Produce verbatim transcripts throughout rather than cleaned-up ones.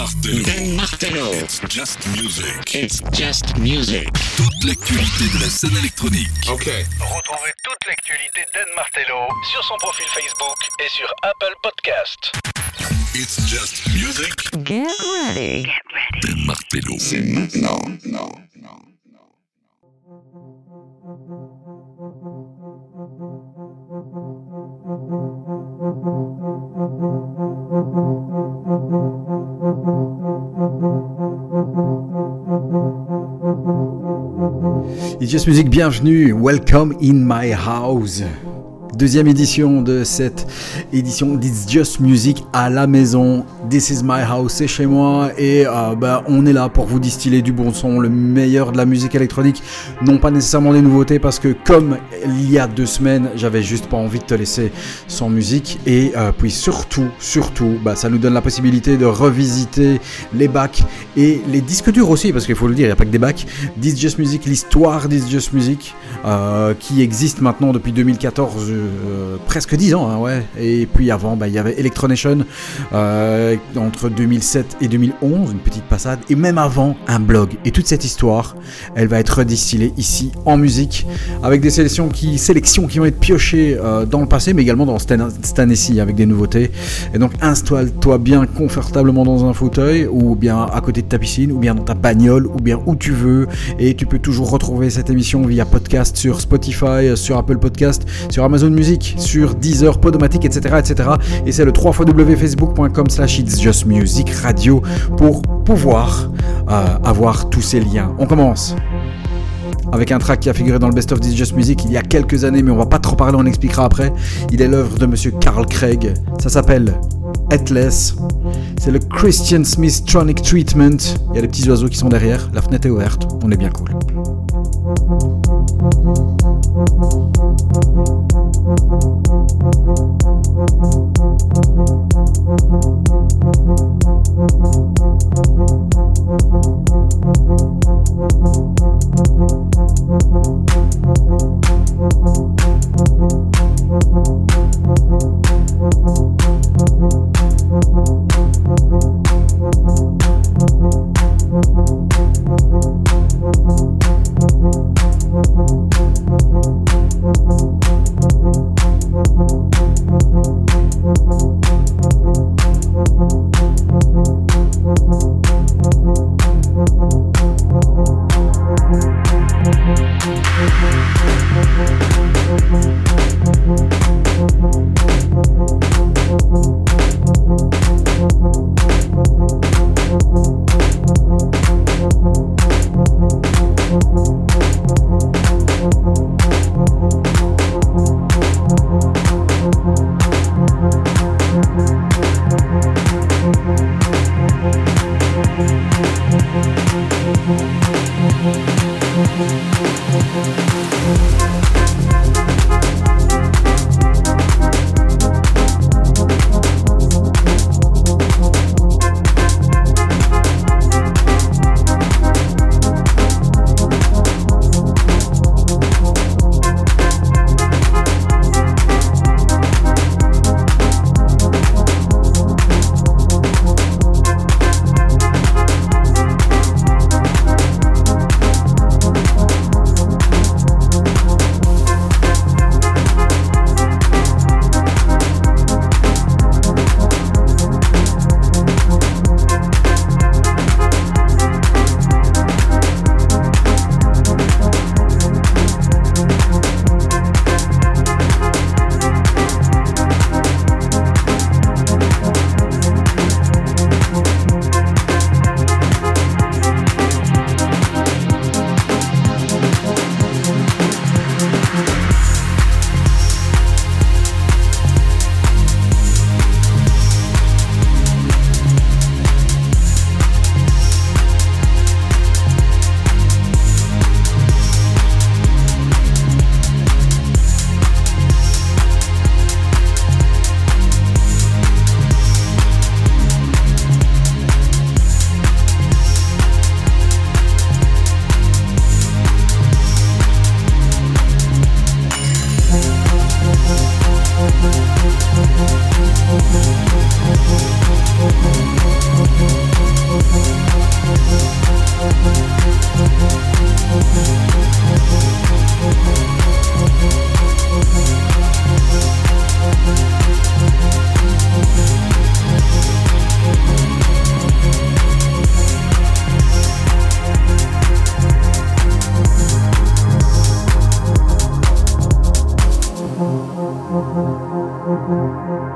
Martello. Dan Martello. It's just music. It's just music. Toute l'actualité de la scène électronique. Ok. Retrouvez toute l'actualité Dan Martello sur son profil Facebook et sur Apple Podcast. It's just music. Get ready. Get ready. Dan Martello. C'est maintenant. Non, non. It's Just Music, bienvenue, welcome in my house. Deuxième édition de cette édition d'It's Just Music à la maison. This is my house, c'est chez moi et euh, bah, on est là pour vous distiller du bon son, le meilleur de la musique électronique. Non pas nécessairement des nouveautés parce que comme il y a deux semaines, j'avais juste pas envie de te laisser sans musique. Et euh, puis surtout, surtout, bah, ça nous donne la possibilité de revisiter les bacs et les disques durs aussi, parce qu'il faut le dire, il n'y a pas que des bacs. D'It's Just Music, l'histoire d'It's Just Music euh, qui existe maintenant depuis deux mille quatorze. Euh, presque dix ans, hein, ouais. Et puis avant, bah, il y avait Electronation euh, entre deux mille sept et deux mille onze, une petite passade, et même avant, un blog. Et toute cette histoire, elle va être redistillée ici en musique, avec des sélections qui, sélections qui vont être piochées euh, dans le passé, mais également dans cette année-ci, avec des nouveautés. Et donc, installe-toi bien confortablement dans un fauteuil, ou bien à côté de ta piscine, ou bien dans ta bagnole, ou bien où tu veux. Et tu peux toujours retrouver cette émission via podcast sur Spotify, sur Apple Podcast, sur Amazon Music, sur Deezer, Podomatic, et cetera, et cetera. Et c'est le w w w point facebook point com slash It's Just Music Radio pour pouvoir euh, avoir tous ces liens. On commence avec un track qui a figuré dans le Best of It's Just Music il y a quelques années, mais on va pas trop parler, on expliquera après. Il est l'œuvre de monsieur Carl Craig. Ça s'appelle Headless. C'est le Christian Smith Tronic Treatment. Il y a les petits oiseaux qui sont derrière. La fenêtre est ouverte. On est bien cool. Thank you.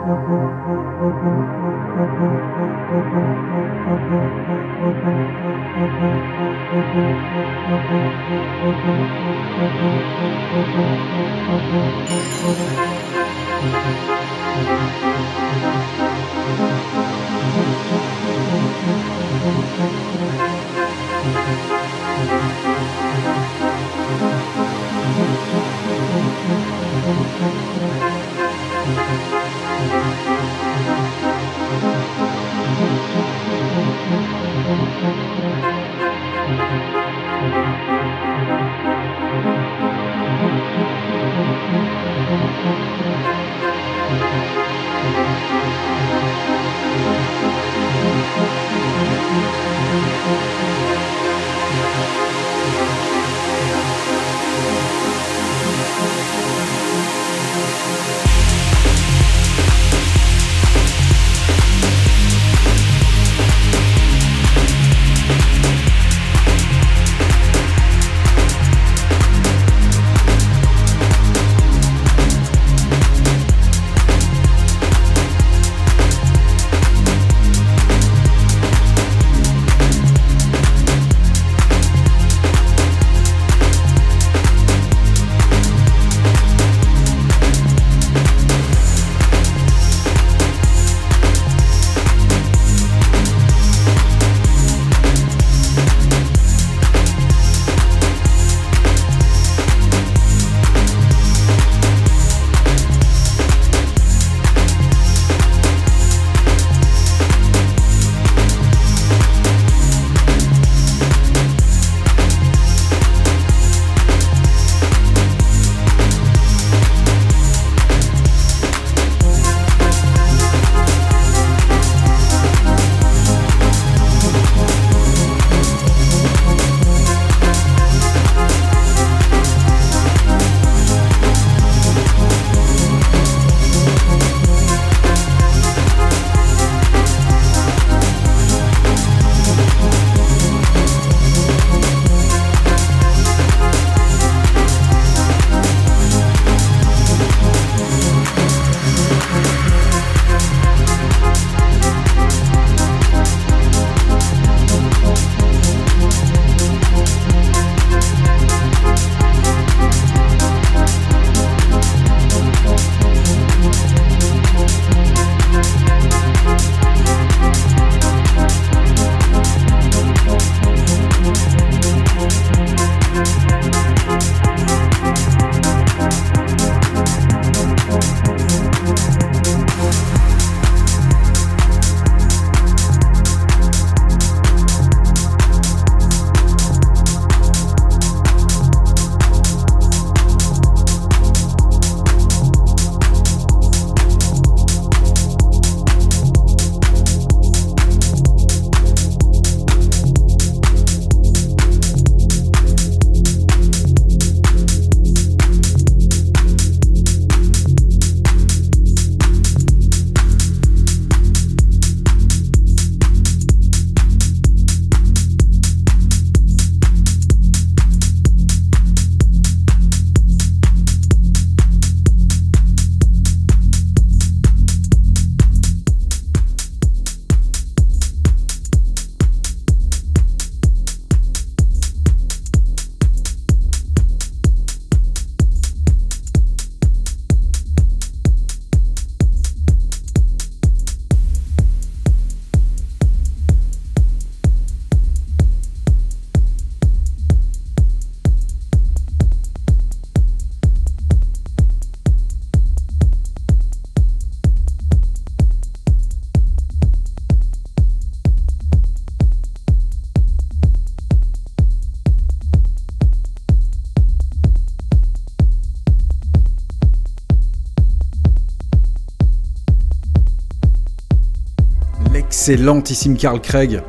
l'excellentissime Carl Craig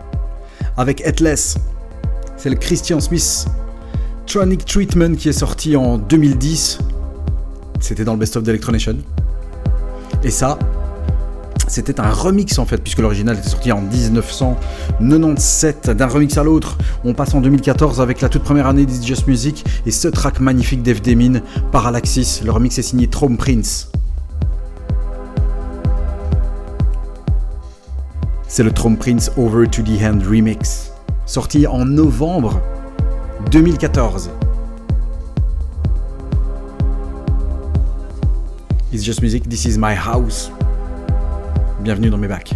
avec Headless. C'est le Christian Smith Tronic Treatment qui est sorti en deux mille dix. C'était dans le Best of d'Electronation. Et ça, c'était un remix en fait, puisque l'original était sorti en dix-neuf cent quatre-vingt-dix-sept. D'un remix à l'autre, on passe en deux mille quatorze avec la toute première année d'It's Just Music et ce track magnifique d'Ef Demin par Alaxis. Le remix est signé Traum Prince. C'est le Trome Prince Over to the Hand remix, sorti en novembre deux mille quatorze. It's Just Music, this is my house. Bienvenue dans mes bacs.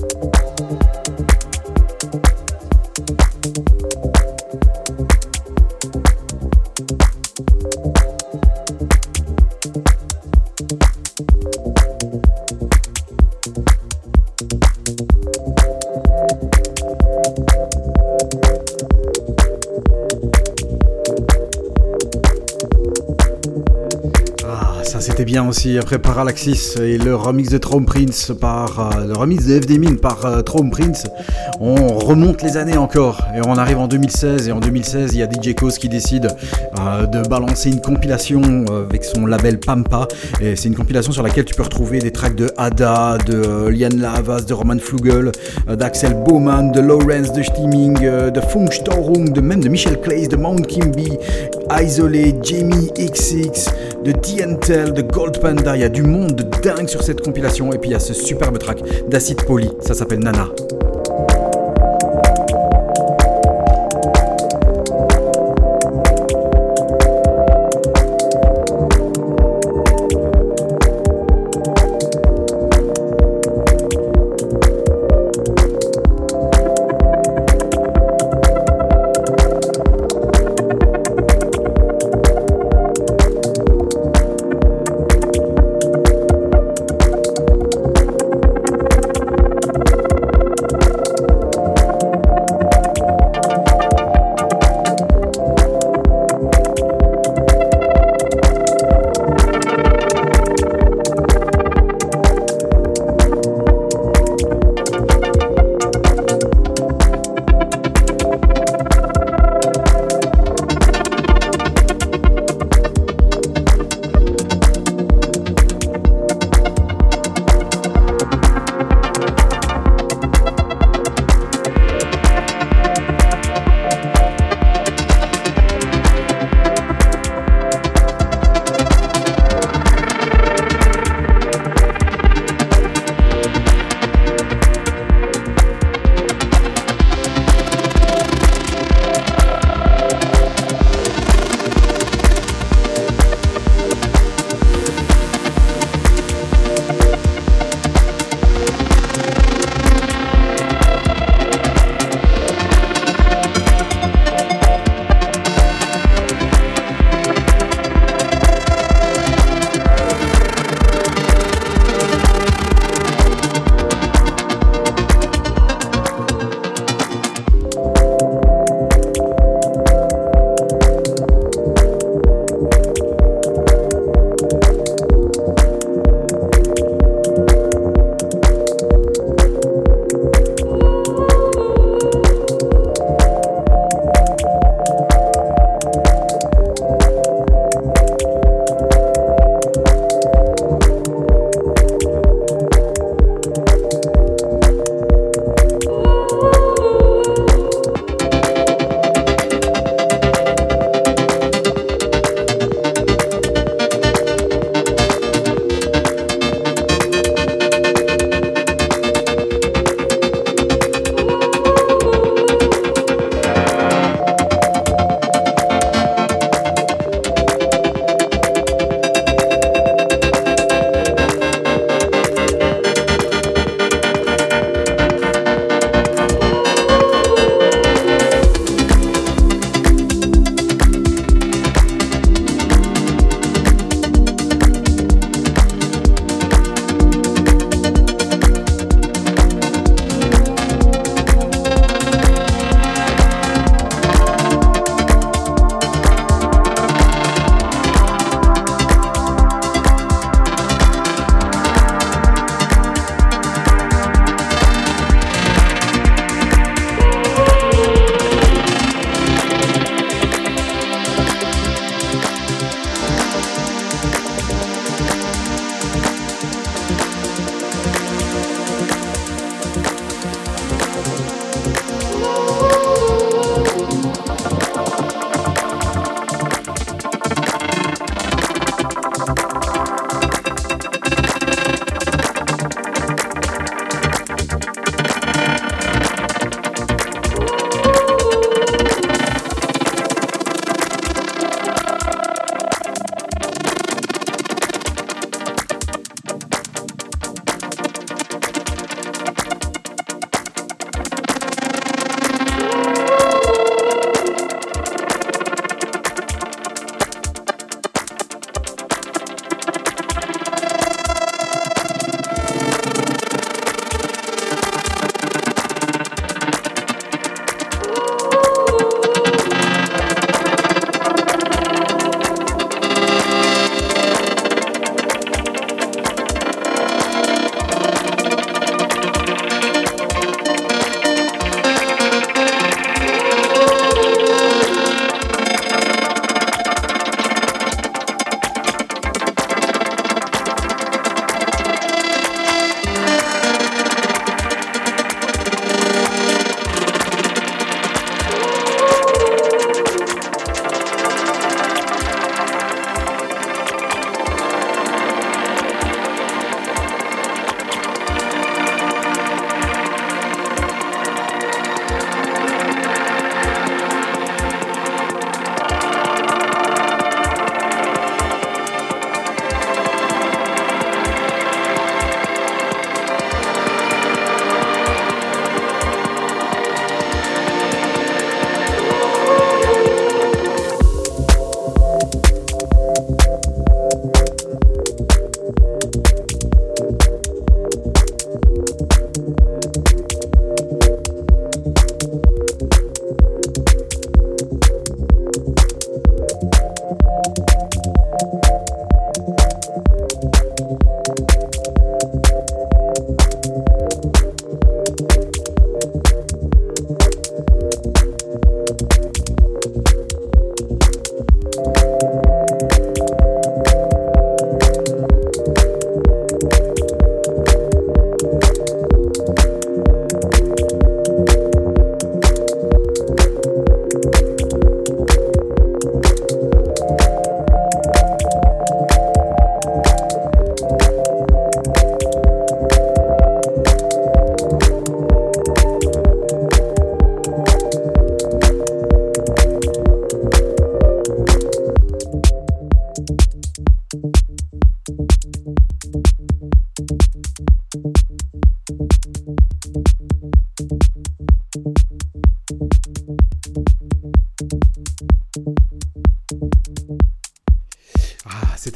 C'était bien aussi après Parallaxis et le remix de Traum Prince par euh, le remix de F D Min par euh, Traum Prince. On remonte les années encore et on arrive en deux mille seize, et en deux mille seize il y a D J Koz qui décide euh, de balancer une compilation euh, avec son label Pampa, et c'est une compilation sur laquelle tu peux retrouver des tracks de Ada, de euh, Lian Lavas, de Roman Flugel, euh, d'Axel Bowman, de Lawrence, de Stimming, euh, de Funk Störung, de même de Michel Clays, de Mount Kimby, Isolé, Jamie X X, de T-N-Tel, de Gold Panda. Il y a du monde de dingue sur cette compilation, et puis il y a ce superbe track d'Acid Poly, ça s'appelle Nana.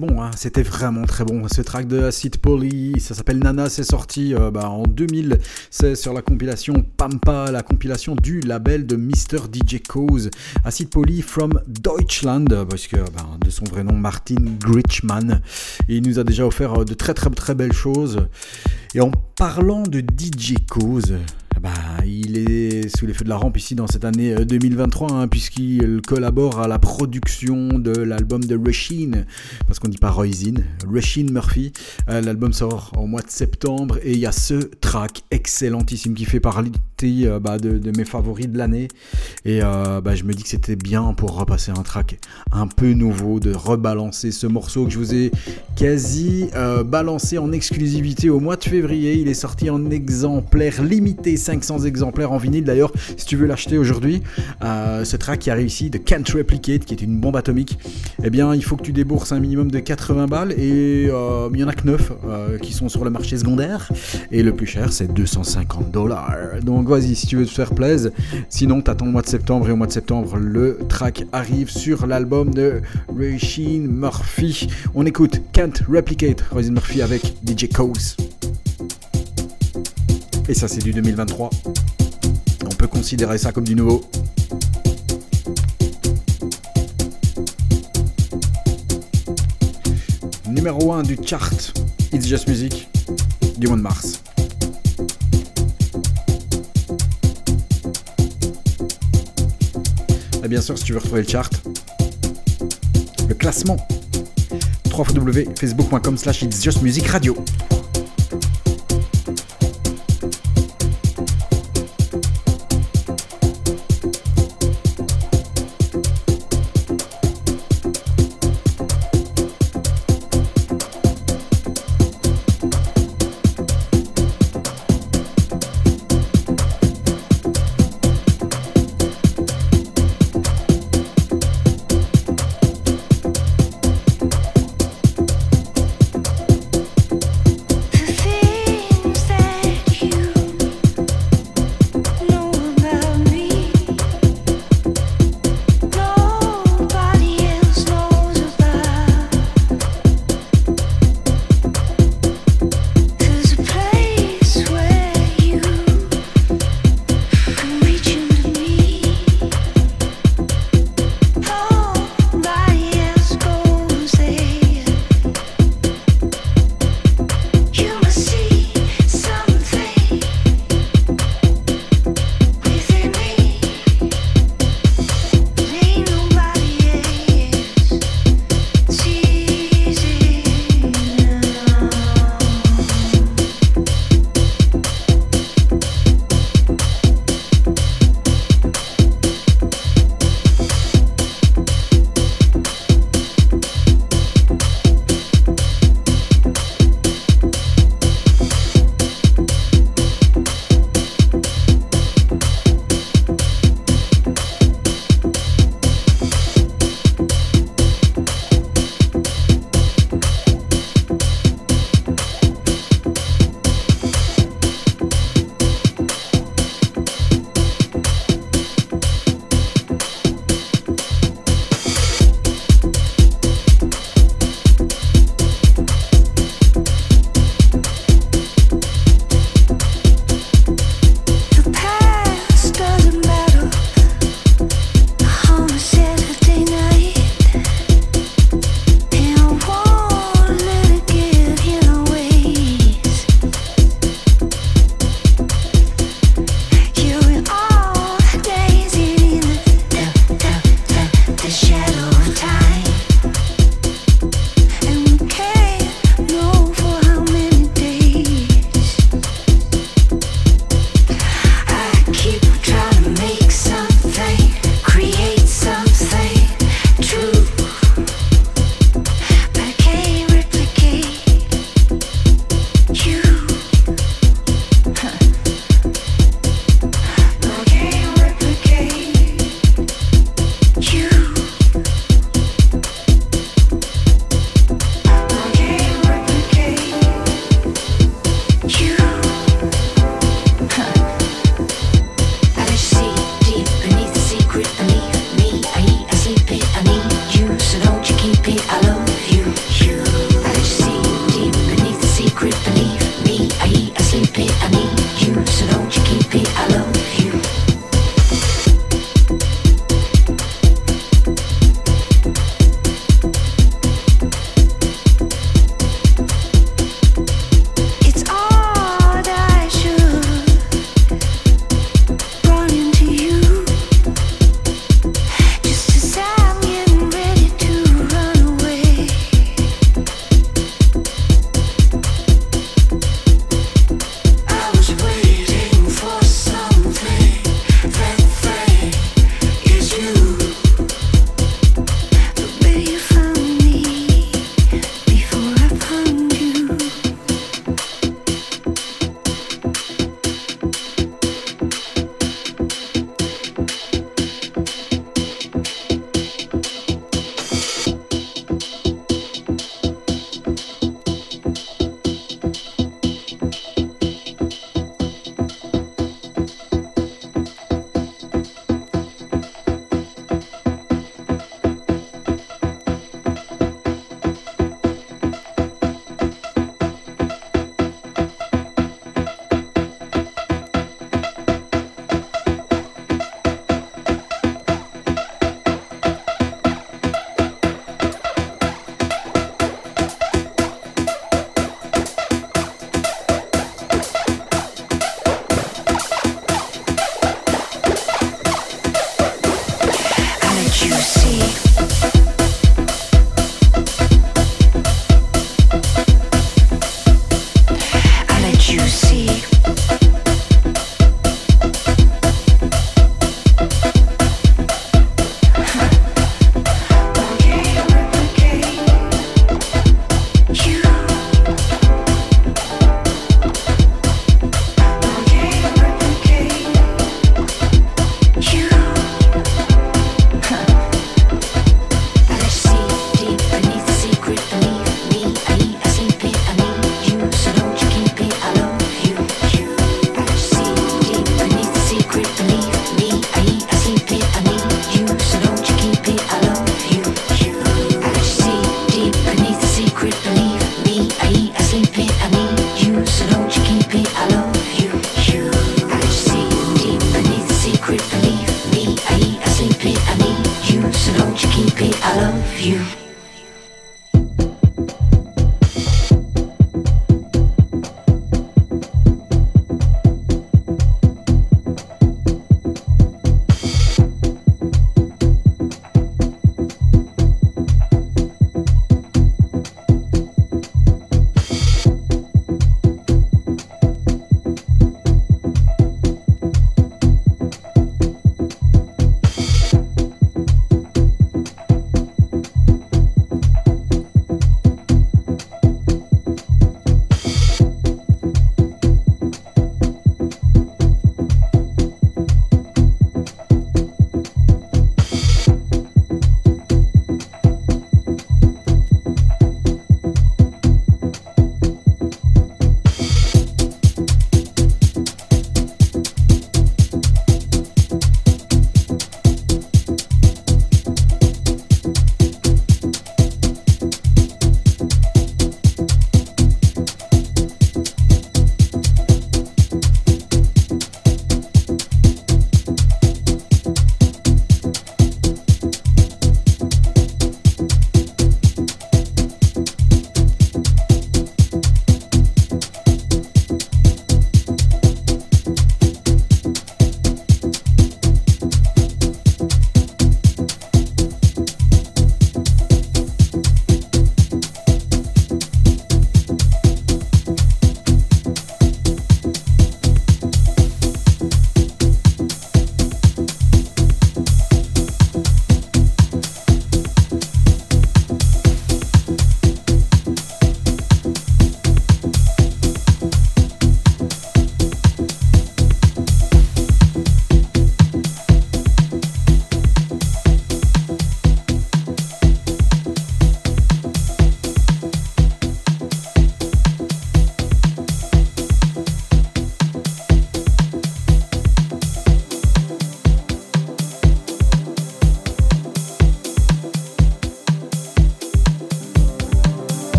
bon, hein, c'était vraiment très bon. Ce track de Acid Poly, ça s'appelle Nana, c'est sorti euh, bah, en deux mille seize sur la compilation Pampa, la compilation du label de mister D J Koze. Acid Poly from Deutschland, parce que bah, de son vrai nom Martin Gritschmann, et il nous a déjà offert de très très très belles choses. Et en parlant de D J Koze, bah, il est sous les feux de la rampe ici dans cette année deux mille vingt-trois, hein, puisqu'il collabore à la production de l'album de Róisín, parce qu'on dit pas Róisín, Róisín Murphy. Euh, l'album sort au mois de septembre et il y a ce track excellentissime qui fait partie euh, bah, de, de mes favoris de l'année. Et euh, bah, je me dis que c'était bien pour repasser un track un peu nouveau, de rebalancer ce morceau que je vous ai quasi euh, balancé en exclusivité au mois de février. Il est sorti en exemplaire limité, cinq cents exemplaires en vinyle d'ailleurs, si tu veux l'acheter aujourd'hui. Euh, ce track qui arrive ici de Can't Replicate, qui est une bombe atomique, eh bien il faut que tu débourses un minimum de quatre-vingts balles, et euh, il y en a que neuf euh, qui sont sur le marché secondaire, et le plus cher c'est deux cent cinquante dollars. Donc vas-y, si tu veux te faire plaisir, sinon t'attends le mois de septembre, et au mois de septembre le track arrive sur l'album de Róisín Murphy. On écoute Can't Replicate, Róisín Murphy avec D J Koze. Et ça c'est du deux mille vingt-trois. On peut considérer ça comme du nouveau. Numéro un du chart It's Just Music du mois de mars. Et bien sûr, si tu veux retrouver le chart, le classement, w w w point facebook point com slash It's Just Music Radio.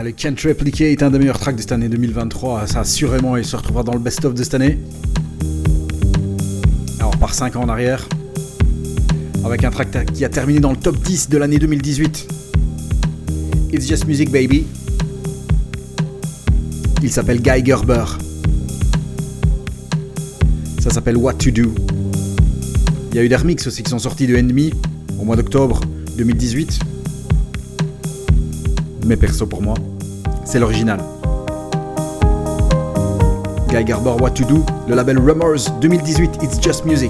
le Can't Replicate, un des meilleurs tracks de cette année deux mille vingt-trois. Ça, assurément, il se retrouvera dans le best-of de cette année. Alors, par cinq ans en arrière, avec un track qui a terminé dans le top dix de l'année deux mille dix-huit. It's Just Music, baby. Il s'appelle Guy Gerber. Ça s'appelle What to Do. Il y a eu des remixes aussi qui sont sortis de Enemy au mois d'octobre deux mille dix-huit. Mais perso pour moi, c'est l'original. Guy Gerber, What to Do, le label Rumors deux mille dix-huit, It's Just Music.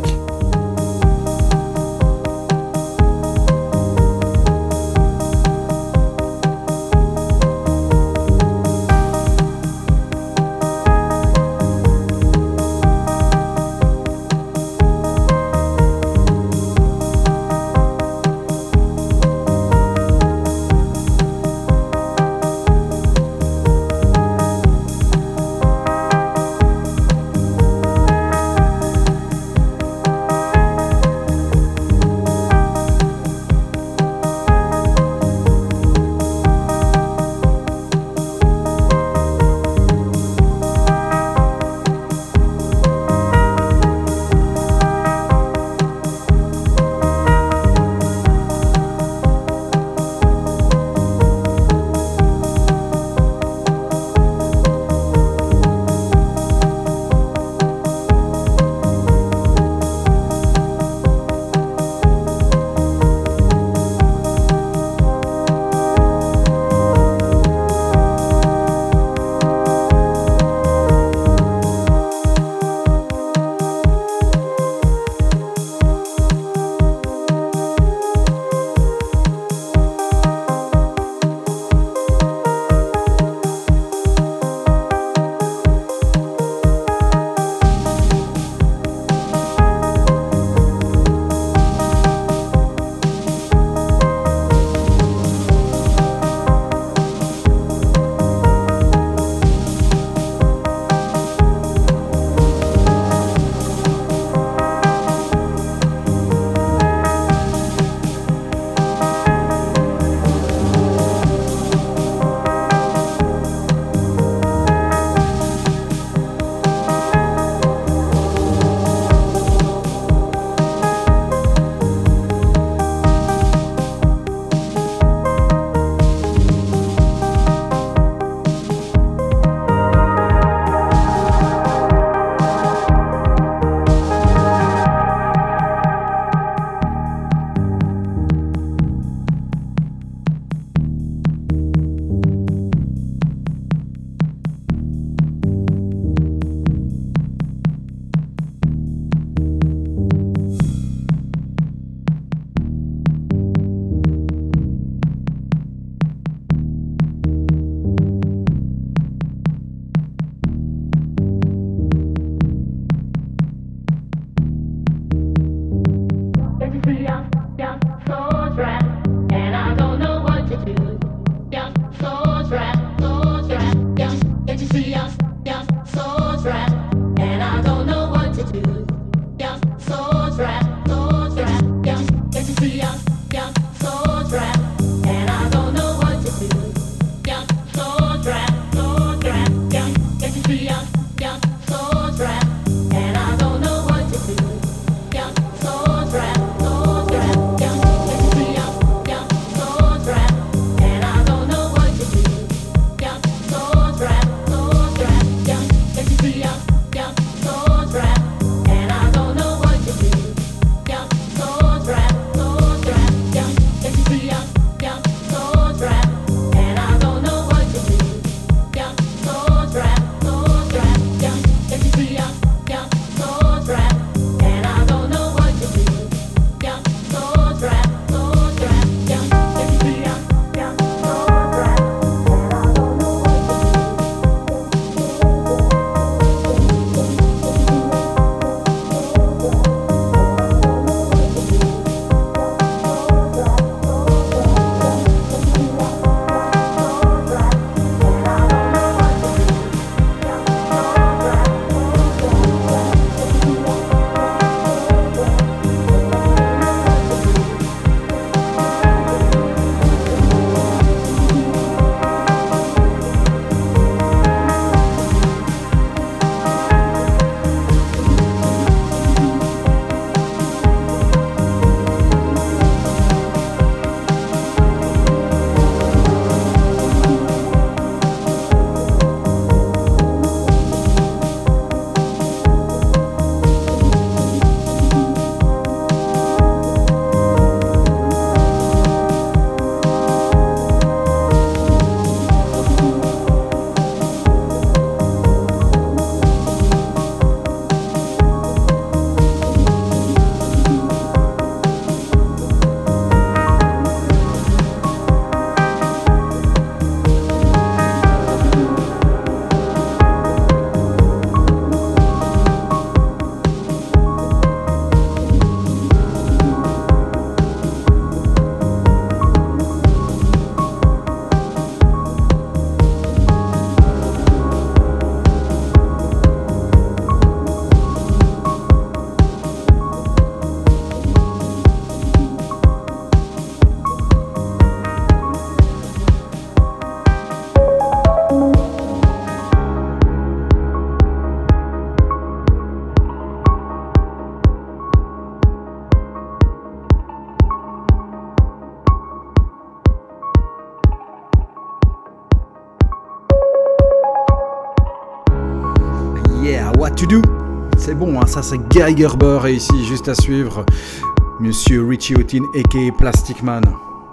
What to Do. C'est bon, hein, ça c'est Guy Gerber et ici juste à suivre Monsieur Richie Houghton aka Plastic Man.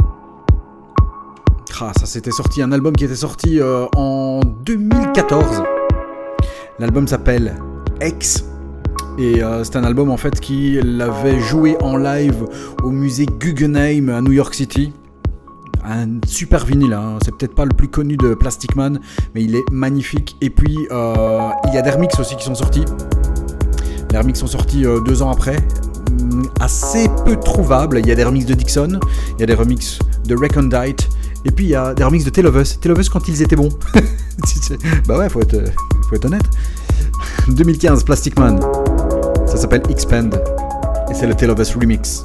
Ah, ça c'était sorti, un album qui était sorti euh, en deux mille quatorze. L'album s'appelle X et euh, c'est un album en fait qu'il avait joué en live au musée Guggenheim à New York City. Un super vinyle, hein. C'est peut-être pas le plus connu de Plastic Man, mais il est magnifique. Et puis euh, il y a des remixes aussi qui sont sortis. Les remixes sont sortis euh, deux ans après, assez peu trouvables. Il y a des remixes de Dixon, il y a des remixes de Recondite, et puis il y a des remixes de Tale of Us. Tale of Us quand ils étaient bons. Bah ouais, faut être, faut être honnête. deux mille quinze, Plastic Man. Ça s'appelle Expand, et c'est le Tale of Us remix.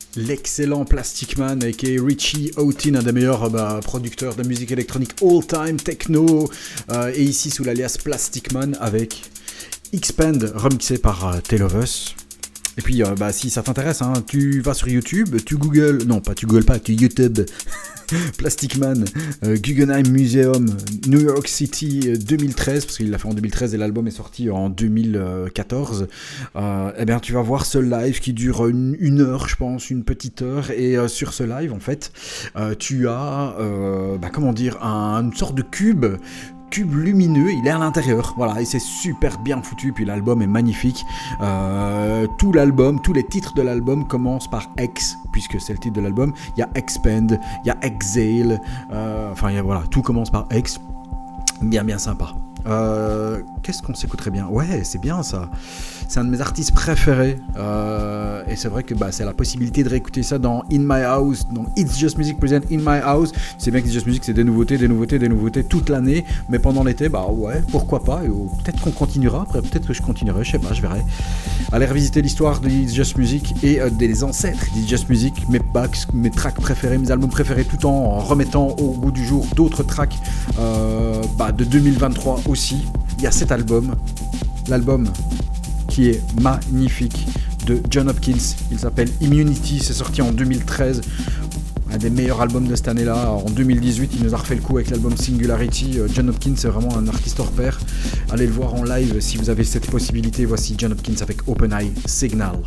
l'excellent Plastic Man aka Richie Houghton, un des meilleurs bah, producteurs de musique électronique all-time techno, euh, et ici sous l'alias Plastic Man avec Expand remixé par euh, Tale of Us. Et puis euh, bah, si ça t'intéresse, hein, tu vas sur YouTube, tu googles, non pas tu googles pas, tu YouTube Plastic Man, euh, Guggenheim Museum, New York City euh, deux mille treize, parce qu'il l'a fait en deux mille treize et l'album est sorti en deux mille quatorze. Euh, et bien tu vas voir ce live qui dure une, une heure, je pense, une petite heure. Et euh, sur ce live, en fait, euh, tu as, euh, bah, comment dire, un, une sorte de cube. Cube lumineux, il est à l'intérieur, voilà, et c'est super bien foutu, puis l'album est magnifique. Euh, tout l'album, tous les titres de l'album commencent par X, puisque c'est le titre de l'album. Il y a Expand, il y a Exhale, euh, enfin il y a, voilà, tout commence par X, bien bien sympa. Euh, qu'est-ce qu'on s'écouterait bien ? Ouais, c'est bien ça. C'est un de mes artistes préférés. Euh, et c'est vrai que bah, c'est la possibilité de réécouter ça dans In My House, dans It's Just Music Present In My House. C'est bien que It's Just Music, c'est des nouveautés, des nouveautés, des nouveautés toute l'année. Mais pendant l'été, bah ouais, pourquoi pas. Et, oh, peut-être qu'on continuera. Après, peut-être que je continuerai. Je sais pas, je verrai. Allez revisiter l'histoire de It's Just Music et euh, des ancêtres d'It's Just Music, mes packs, mes tracks préférés, mes albums préférés, tout en remettant au goût du jour d'autres tracks euh, bah, de deux mille vingt-trois aussi. Il y a cet album, l'album qui est magnifique de John Hopkins, il s'appelle Immunity, c'est sorti en deux mille treize, un des meilleurs albums de cette année-là. En deux mille dix-huit, il nous a refait le coup avec l'album Singularity. John Hopkins, c'est vraiment un artiste hors pair. Allez le voir en live si vous avez cette possibilité. Voici John Hopkins avec Open Eye Signal.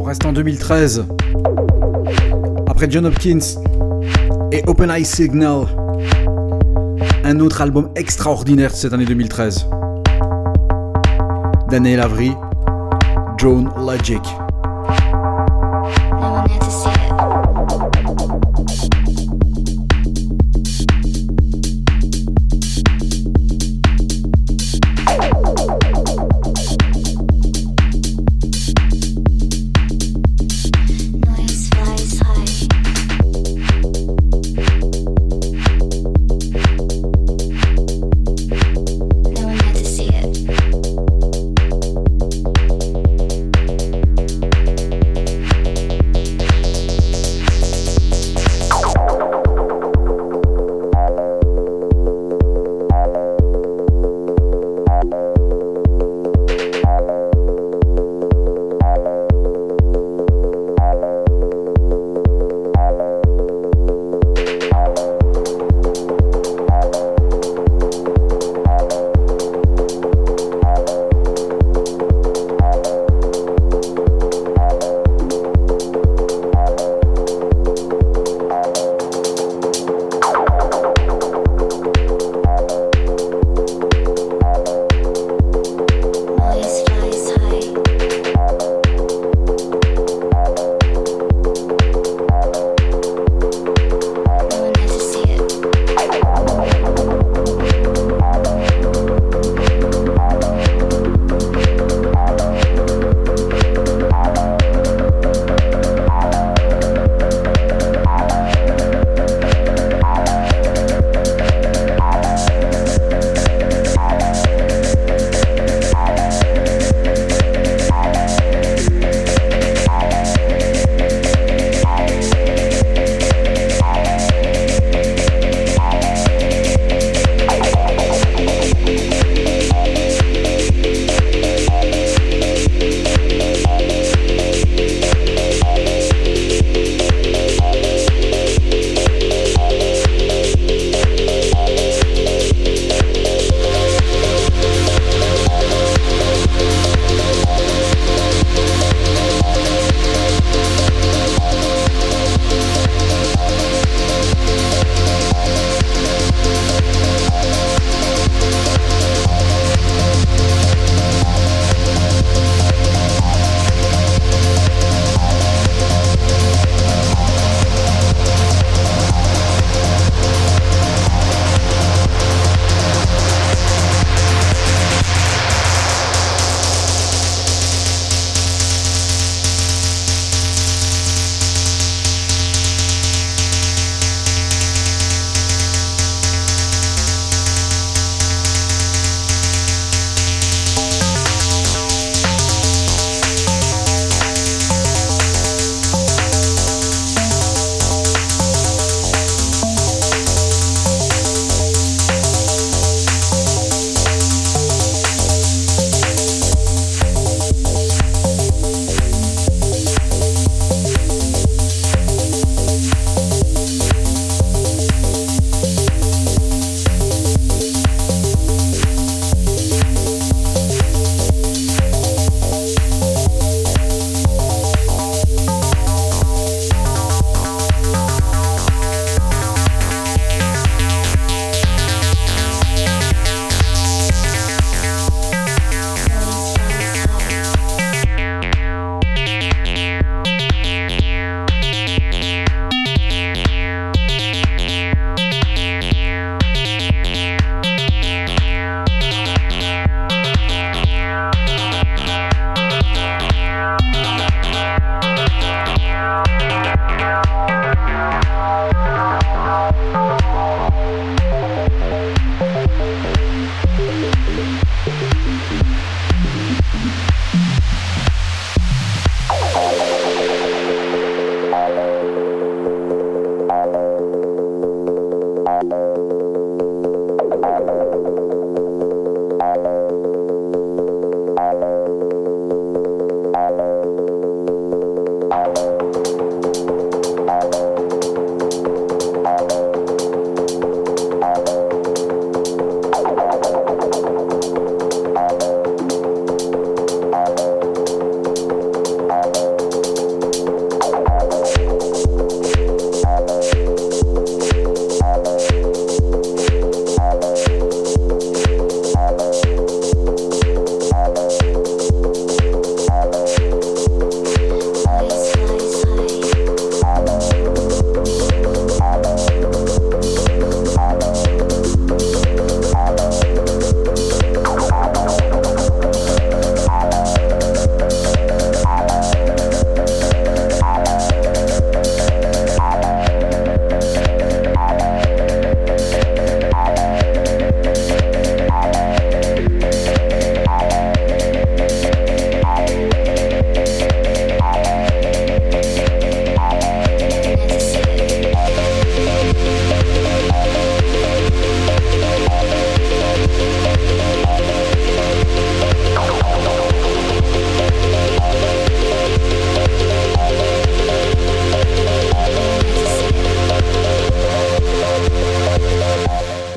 reste en deux mille treize. Après John Hopkins et Open Eye Signal, un autre album extraordinaire de cette année deux mille treize. Daniel Avery, Drone Logic. No one had to see it.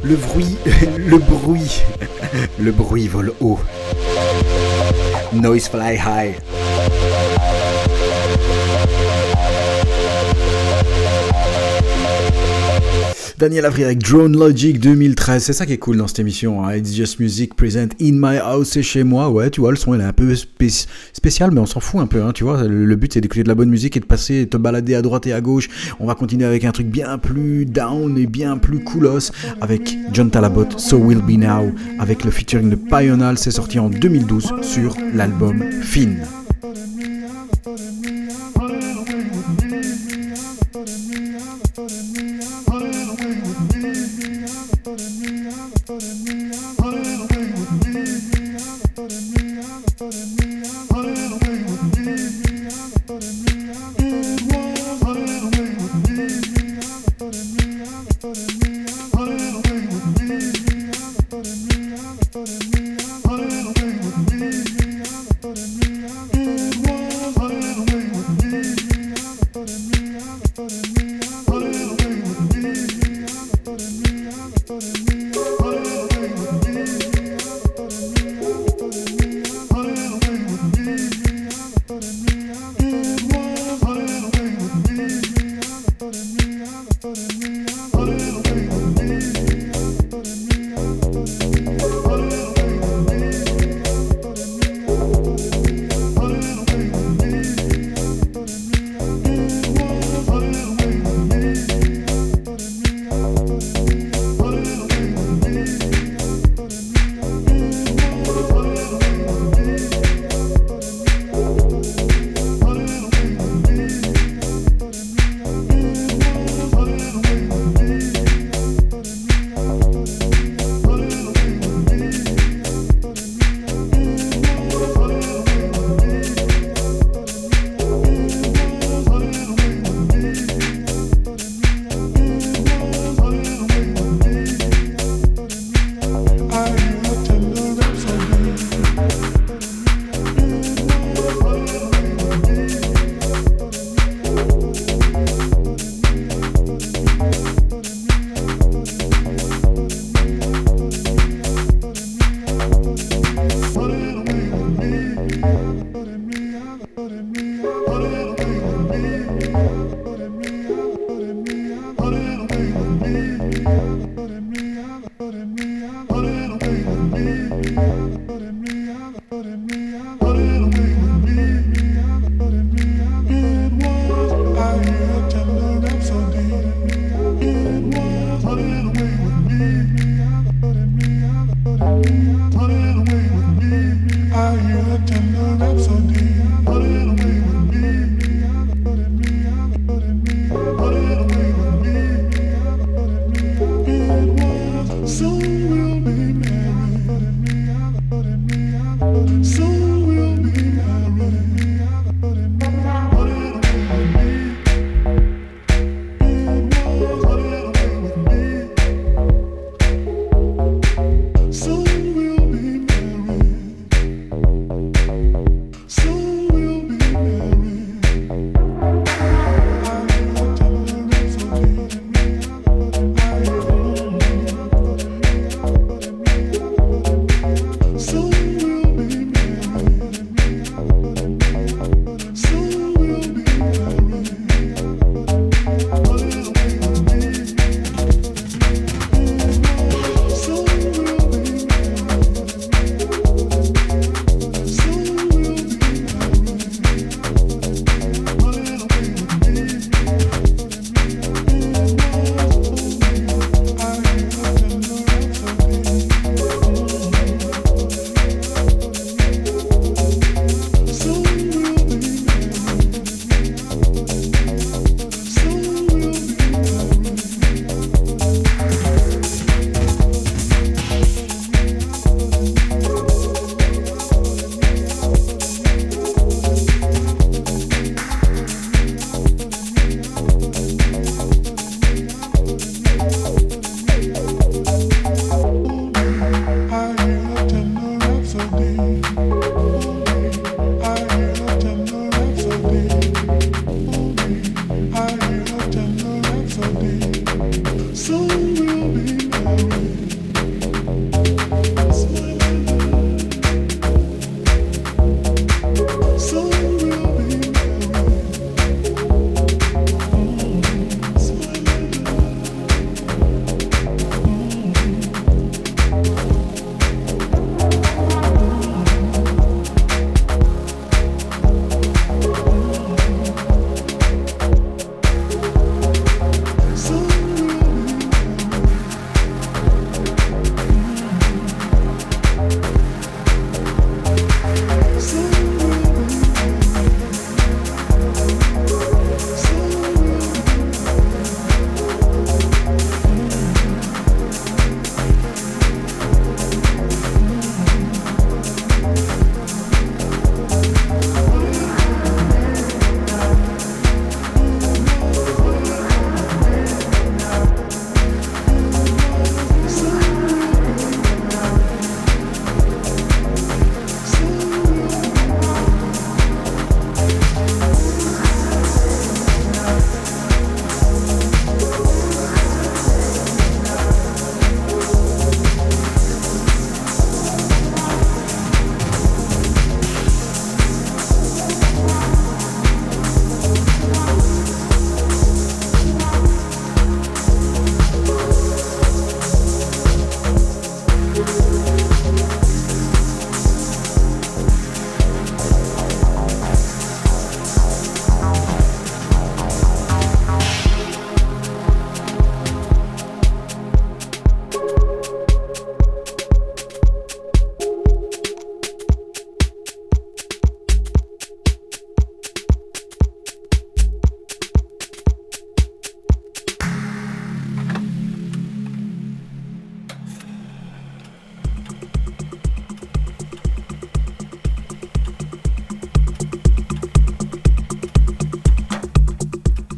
Le bruit, le bruit, le bruit vole haut. Noise fly high. Daniel Avery avec Drone Logic deux mille treize, c'est ça qui est cool dans cette émission, hein. It's Just Music present in my house, c'est chez moi, ouais, tu vois, le son il est un peu spé- spécial, mais on s'en fout un peu, hein, tu vois, le, le but c'est d'écouter de la bonne musique et de passer, te balader à droite et à gauche. On va continuer avec un truc bien plus down et bien plus coolos, avec John Talabot, So Will Be Now, avec le featuring de Pional, c'est sorti en deux mille douze sur l'album Fin. It was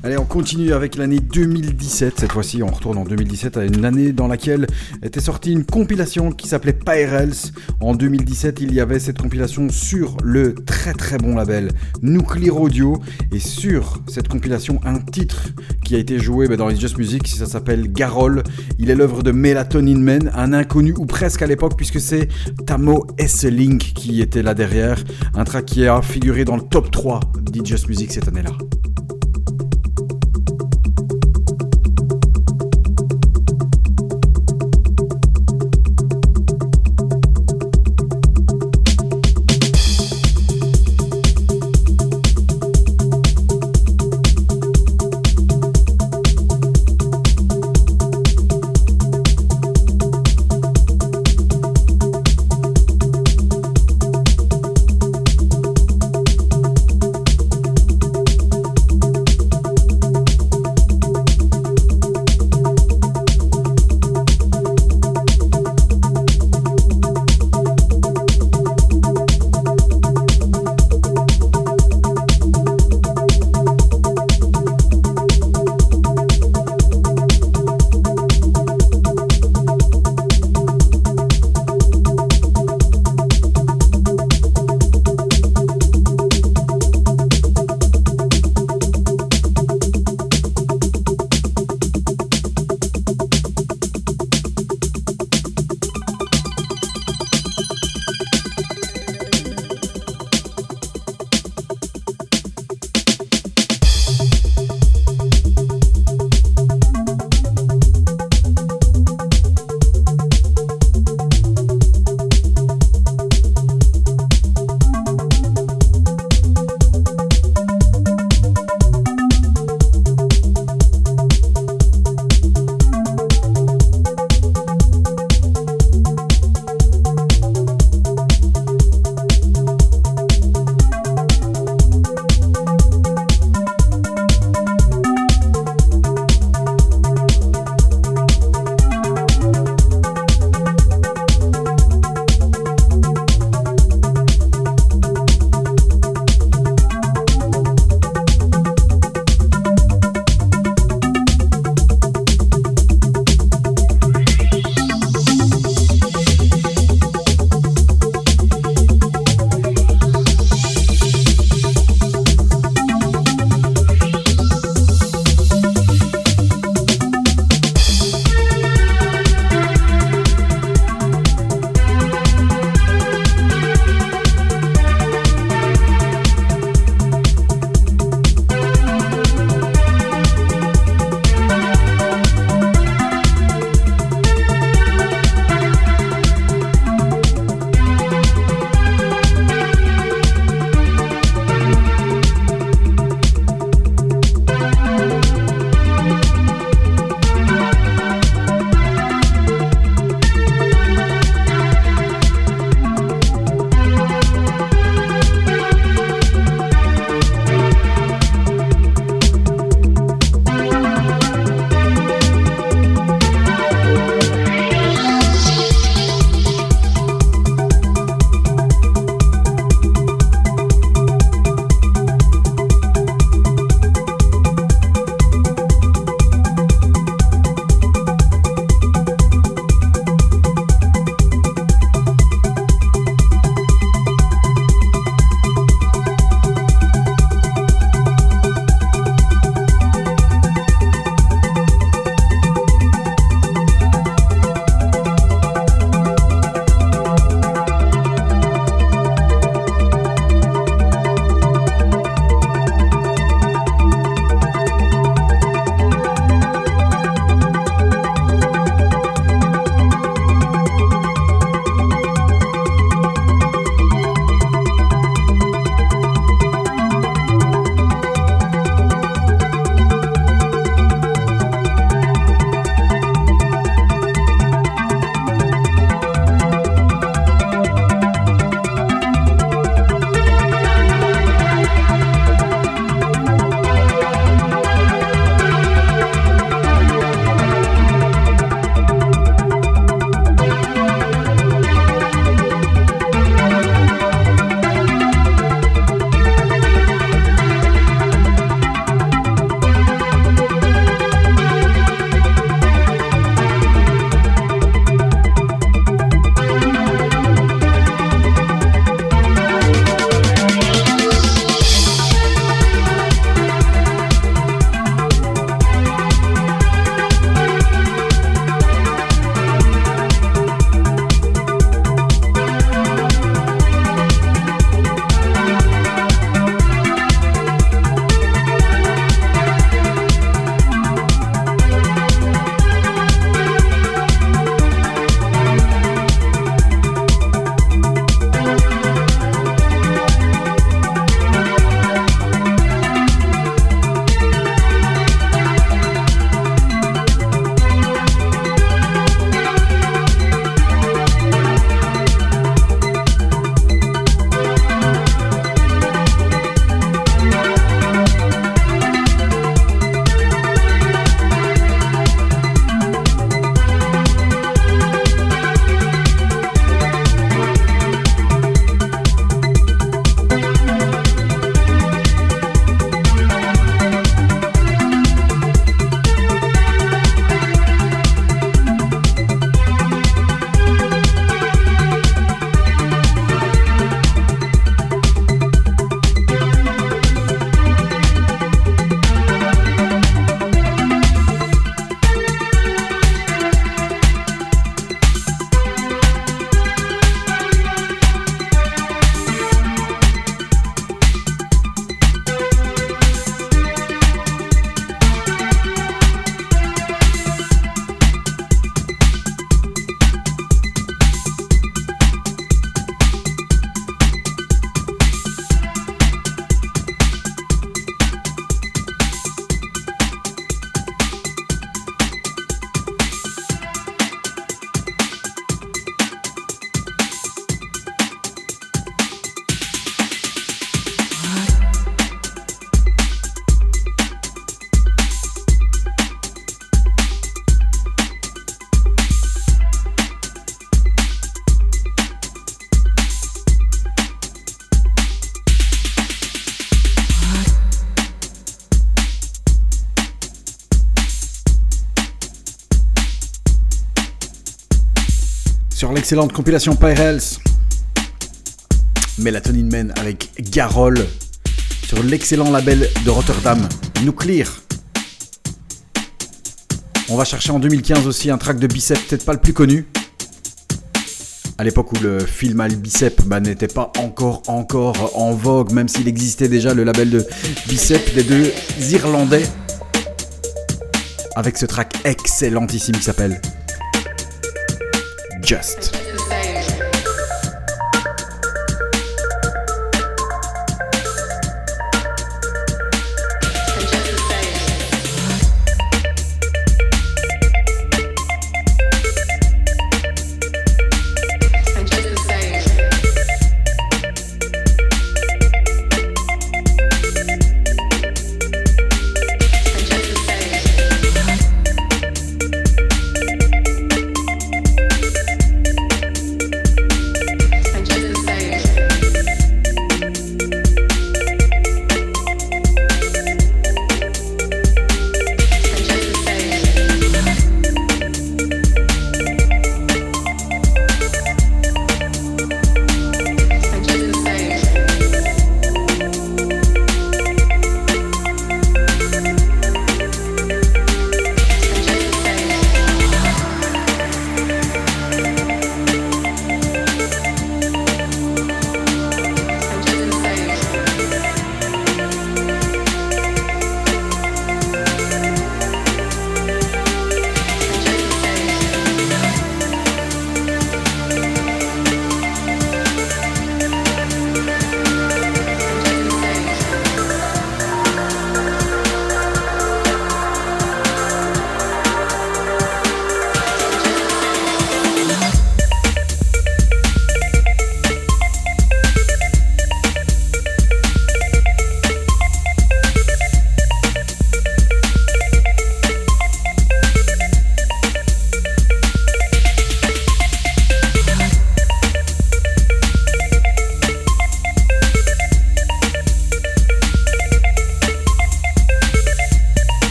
Allez, on continue avec l'année deux mille dix-sept. Cette fois-ci, on retourne en deux mille dix-sept à une année dans laquelle était sortie une compilation qui s'appelait Pyrels. En deux mille dix-sept, il y avait cette compilation sur le très très bon label Nuclear Audio. Et sur cette compilation, un titre qui a été joué bah, dans It's Just Music, ça s'appelle Garol. Il est l'œuvre de Melatonin Man, un inconnu ou presque à l'époque, puisque c'est Tamo Esselink qui était là derrière. Un track qui a figuré dans le top trois d'It's Just Music cette année-là. sur l'excellente compilation Pyrels. Melatonin Man avec Garol sur l'excellent label de Rotterdam, Nuclear. On va chercher en deux mille quinze aussi un track de Bicep, peut-être pas le plus connu. À l'époque où le film à Bicep bah, n'était pas encore, encore en vogue, même s'il existait déjà le label de Bicep, des deux Irlandais. Avec ce track excellentissime qui s'appelle Just.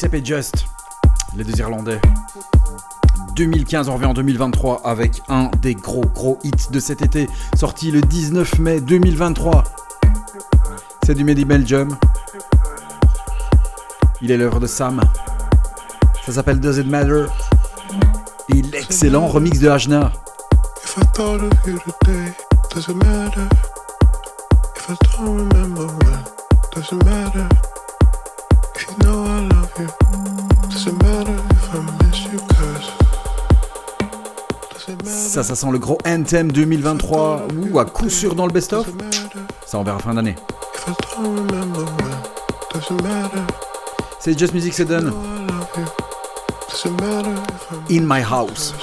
Giuseppe Just, les deux Irlandais. deux mille quinze, on revient en deux mille vingt-trois avec un des gros gros hits de cet été, sorti le dix-neuf mai deux mille vingt-trois. C'est du Made in Belgium. Il est l'œuvre de Sam. Ça s'appelle Does It Matter? Et l'excellent remix de Ajna. If I thought of you today, does it matter? If I don't remember when, does it matter? If you know I love you, does it matter if I miss you? Cause ça, ça sent le gros Anthem deux mille vingt-trois. Ouh, à coup sûr dans le best-of. Ça, on verra fin d'année. C'est Just Music, c'est done. In My House.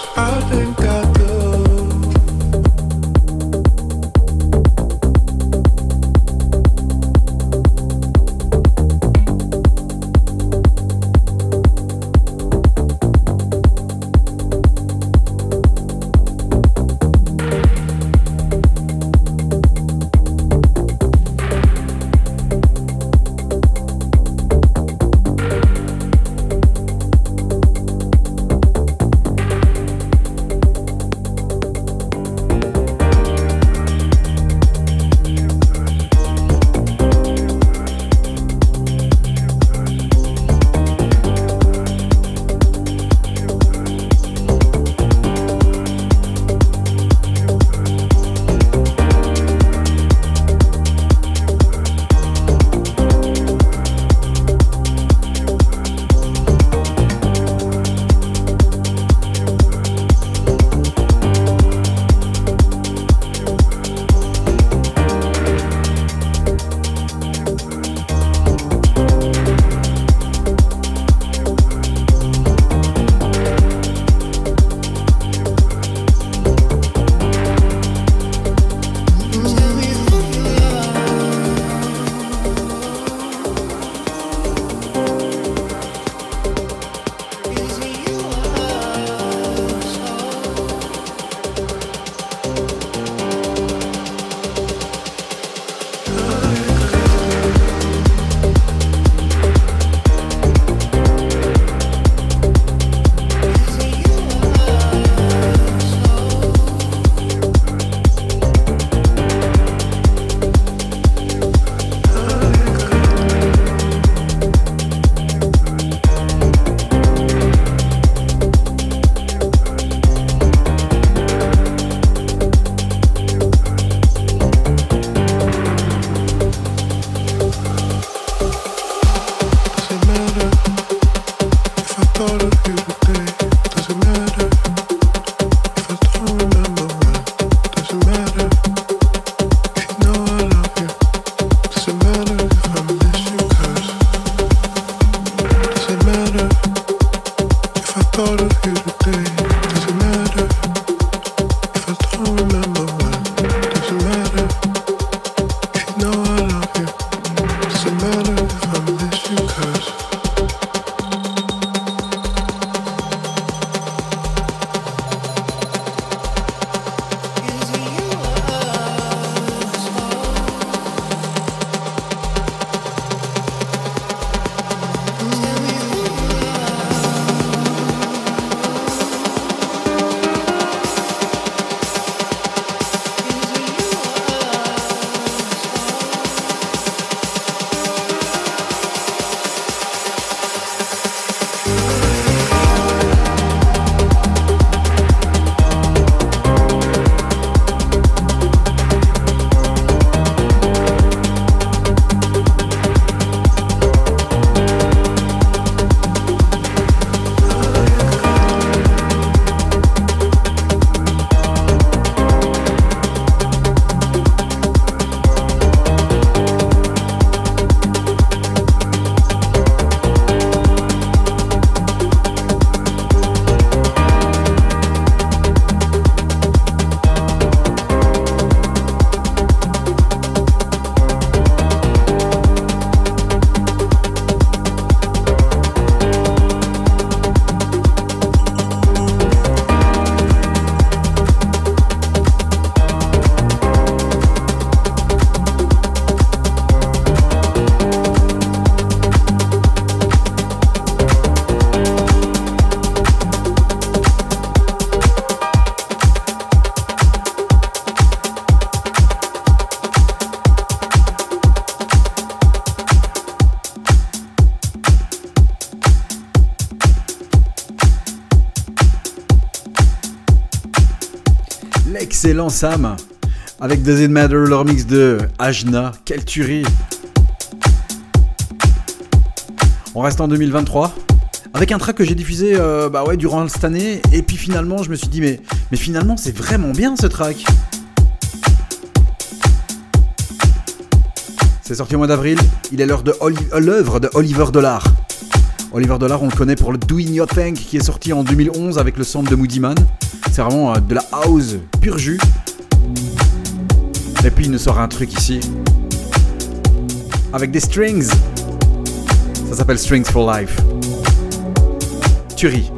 l'excellent Sam, avec Does It Matter, leur mix de Ajna, quelle tuerie. On reste en deux mille vingt-trois, avec un track que j'ai diffusé euh, bah ouais, durant cette année, et puis finalement je me suis dit mais, mais finalement c'est vraiment bien ce track. C'est sorti au mois d'avril, il est l'heure de Oli- euh, l'œuvre de Oliver Dollar. Oliver Dollar, on le connaît pour le Doing Your Thing qui est sorti en deux mille onze avec le sample de Moody Man. C'est vraiment euh, de la house pur jus. Et puis il nous sort un truc ici avec des strings. Ça s'appelle Strings for Life. Tuerie.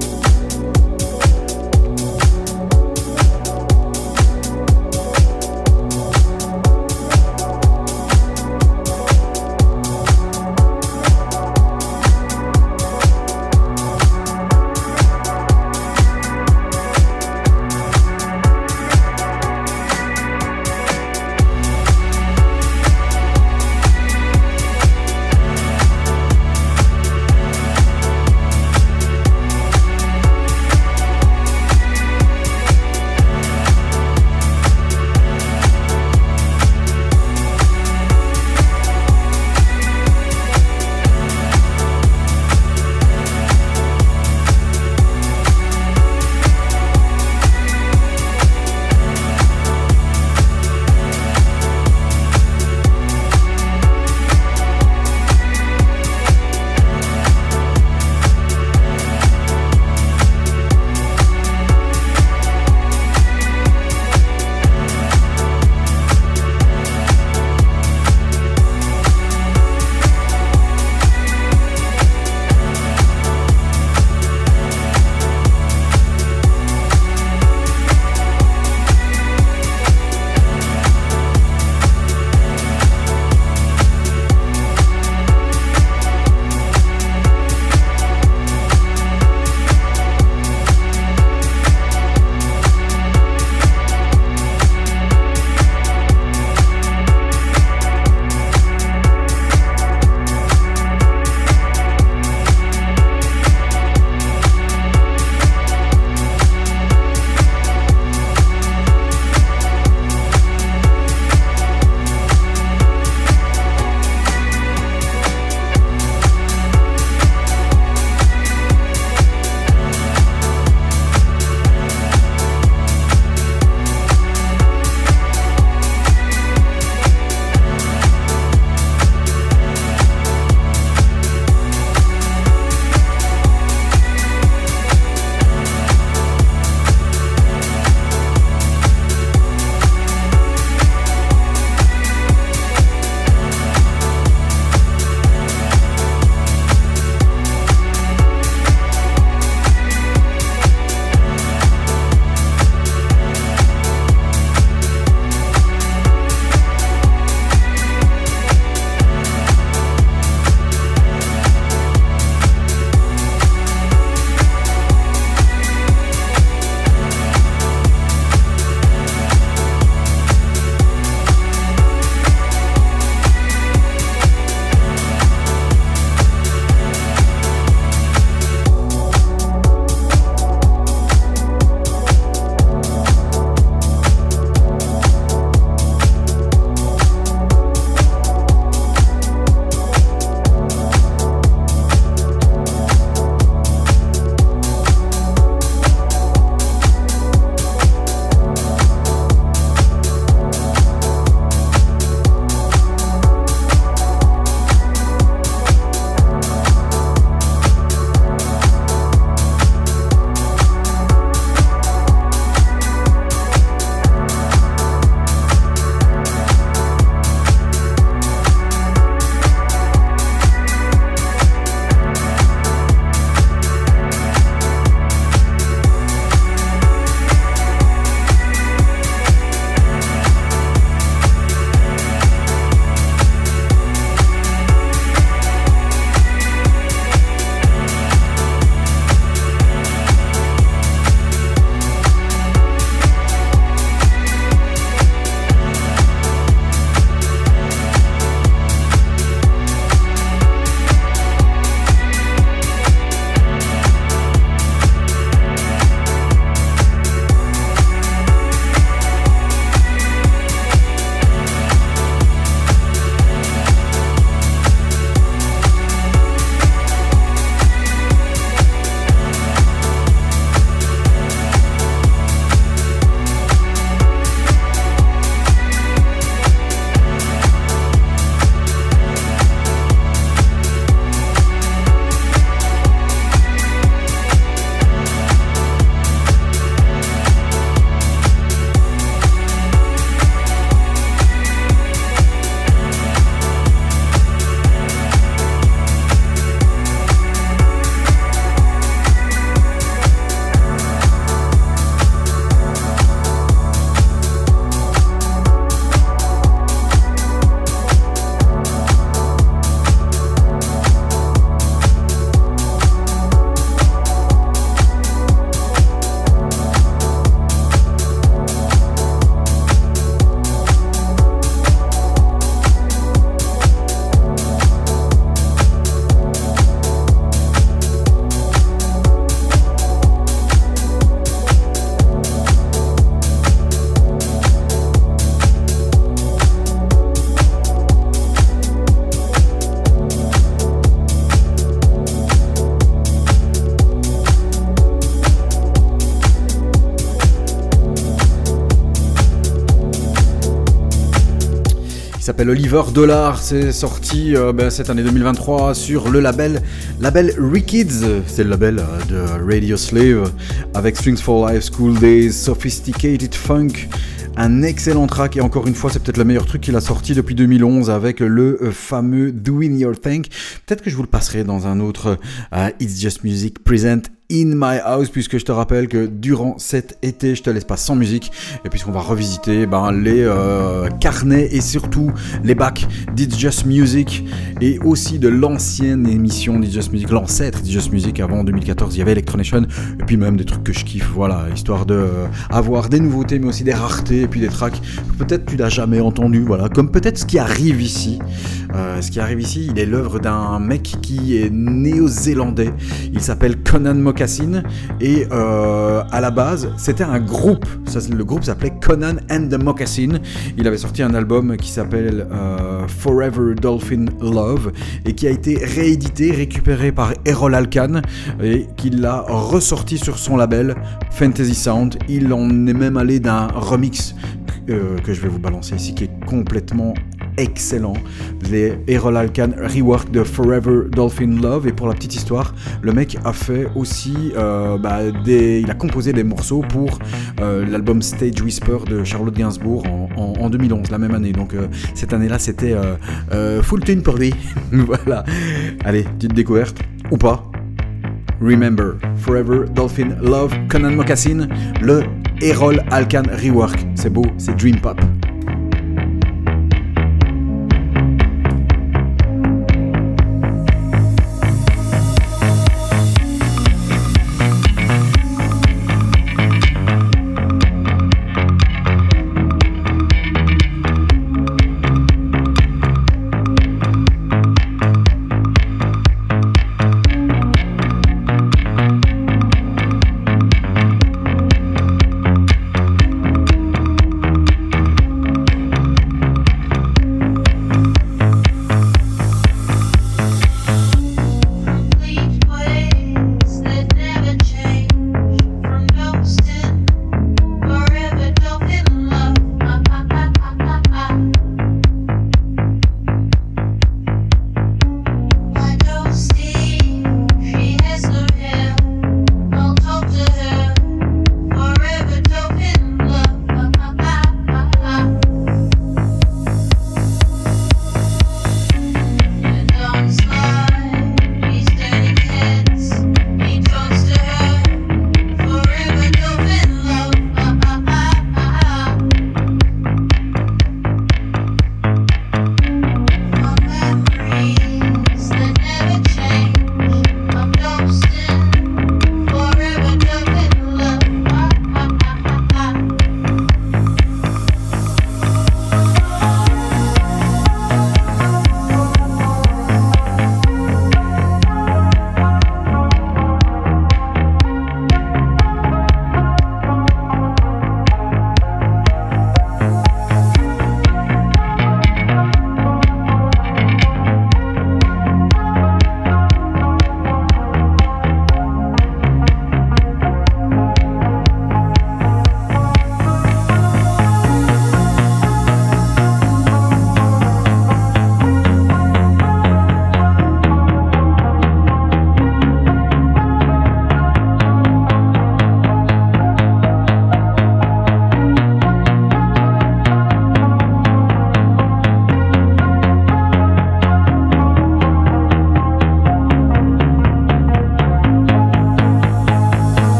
s'appelle Oliver Dollar. C'est sorti euh, ben, cette année deux mille vingt-trois sur le label label Rikids. C'est le label euh, de Radio Slave avec Strings for Life, School Days, Sophisticated Funk. Un excellent track, et encore une fois c'est peut-être le meilleur truc qu'il a sorti depuis deux mille onze avec le fameux Doing Your Thing. Peut-être que je vous le passerai dans un autre uh, It's Just Music Present In My House, puisque je te rappelle que durant cet été, je te laisse pas sans musique, et puisqu'on va revisiter ben, les euh, carnets et surtout les bacs d'It's Just Music, et aussi de l'ancienne émission d'It's Just Music, l'ancêtre d'It's Just Music. Avant deux mille quatorze, il y avait Electronation, et puis même des trucs que je kiffe, voilà, histoire de euh, avoir des nouveautés, mais aussi des raretés, et puis des tracks que peut-être tu n'as jamais entendu, voilà, comme peut-être ce qui arrive ici. Euh, ce qui arrive ici, il est l'œuvre d'un mec qui est néo-zélandais, il s'appelle Conan Moccasin. Et euh, à la base, c'était un groupe. Ça, le groupe s'appelait Conan and the Moccasin. Il avait sorti un album qui s'appelle euh, Forever Dolphin Love et qui a été réédité, récupéré par Errol Alkan et qu'il l'a ressorti sur son label Fantasy Sound. Il en est même allé d'un remix euh, que je vais vous balancer ici, qui est complètement excellent. Les Errol Alkan rework de Forever Dolphin Love. Et pour la petite histoire, le mec a fait aussi euh, bah, des, il a composé des morceaux pour euh, l'album Stage Whisper de Charlotte Gainsbourg en, en, en deux mille onze, la même année. Donc euh, cette année là c'était euh, euh, full tune pour lui. Voilà, allez, petite découverte ou pas. Remember, Forever Dolphin Love, Conan Moccasin, le Errol Alkan rework. C'est beau, c'est Dream Pop.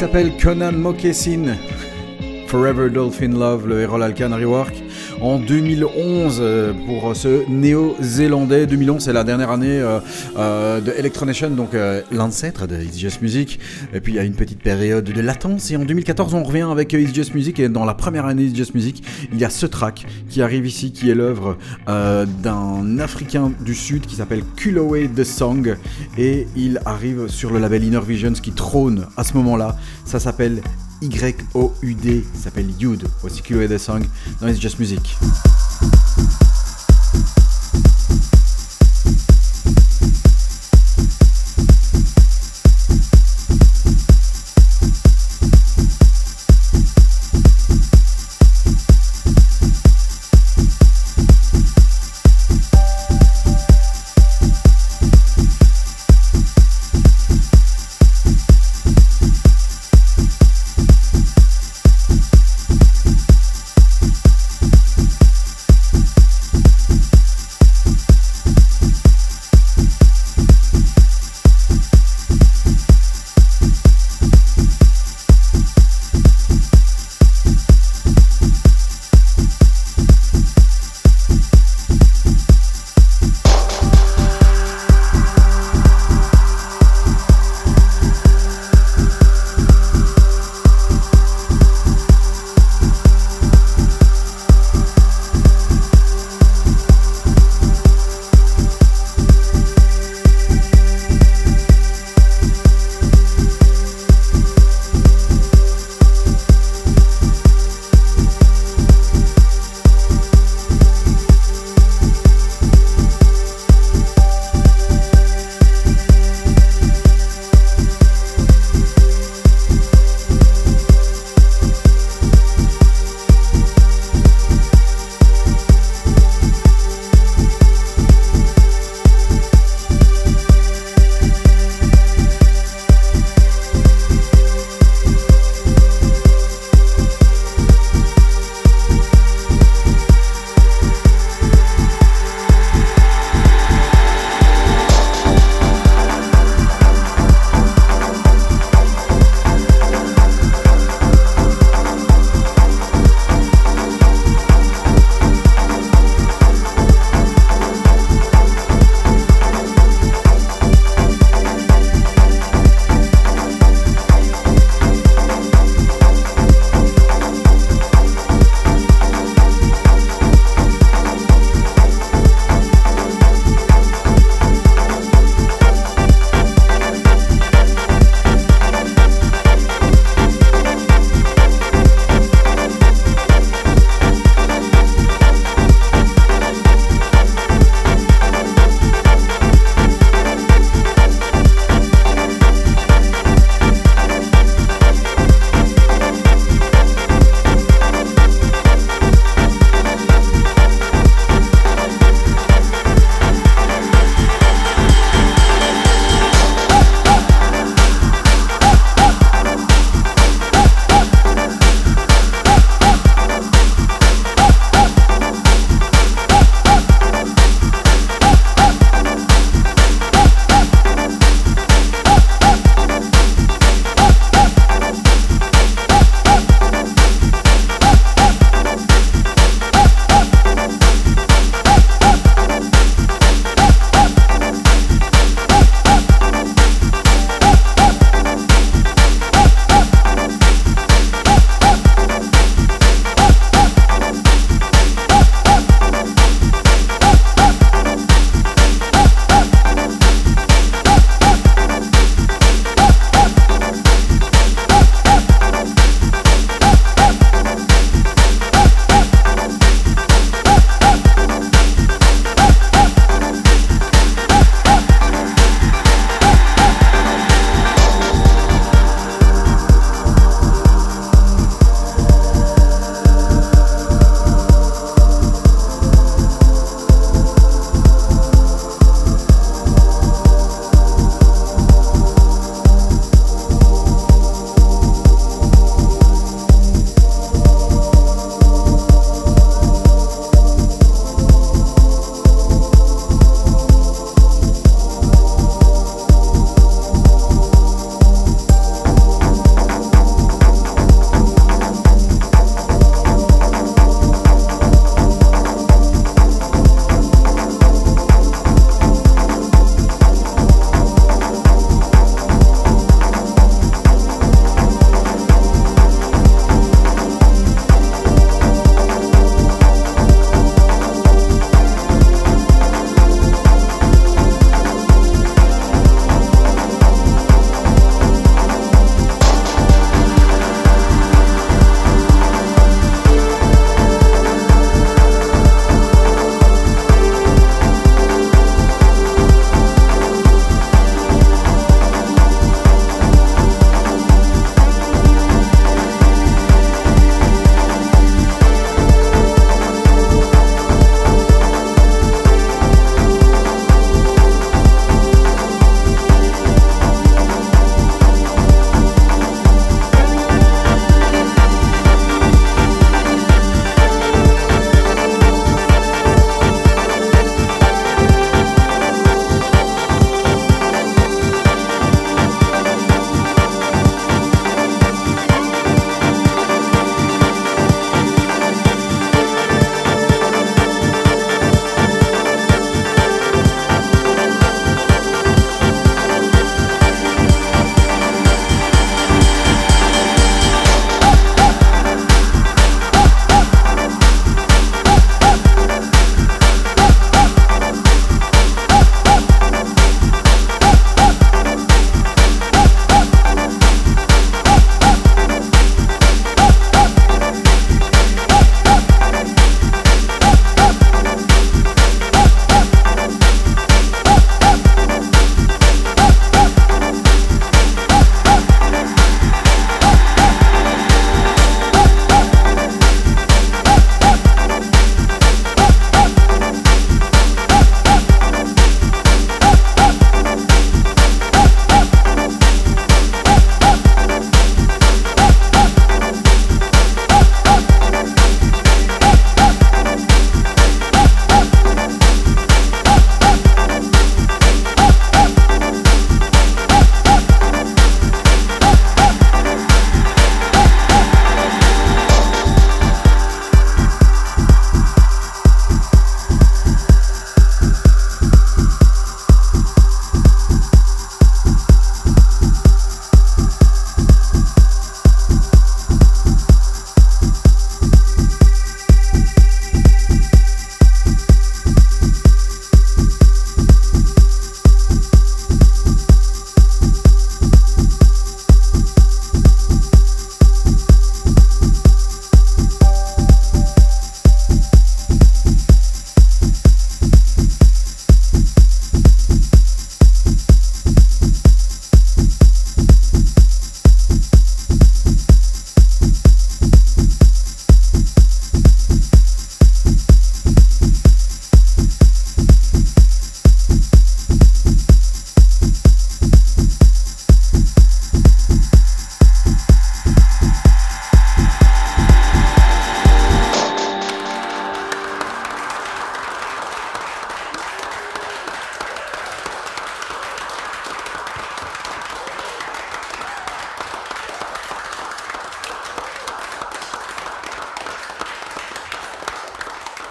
s'appelle Conan Moccasin. Forever Dolphin Love, le Errol Alkan rework en deux mille onze pour ce néo-zélandais. deux mille onze, c'est la dernière année euh, euh, de Electronation, donc euh, l'ancêtre de It's Just Music. Et puis il y a une petite période de latence et en deux mille quatorze on revient avec It's Just Music, et dans la première année It's Just Music il y a ce track qui arrive ici, qui est l'œuvre euh, d'un Africain du Sud qui s'appelle Kuloway The Song, et il arrive sur le label Inner Visions qui trône à ce moment-là. Ça s'appelle Y O U D, ça s'appelle Yud, voici Kuloway The Song dans It's Just Music.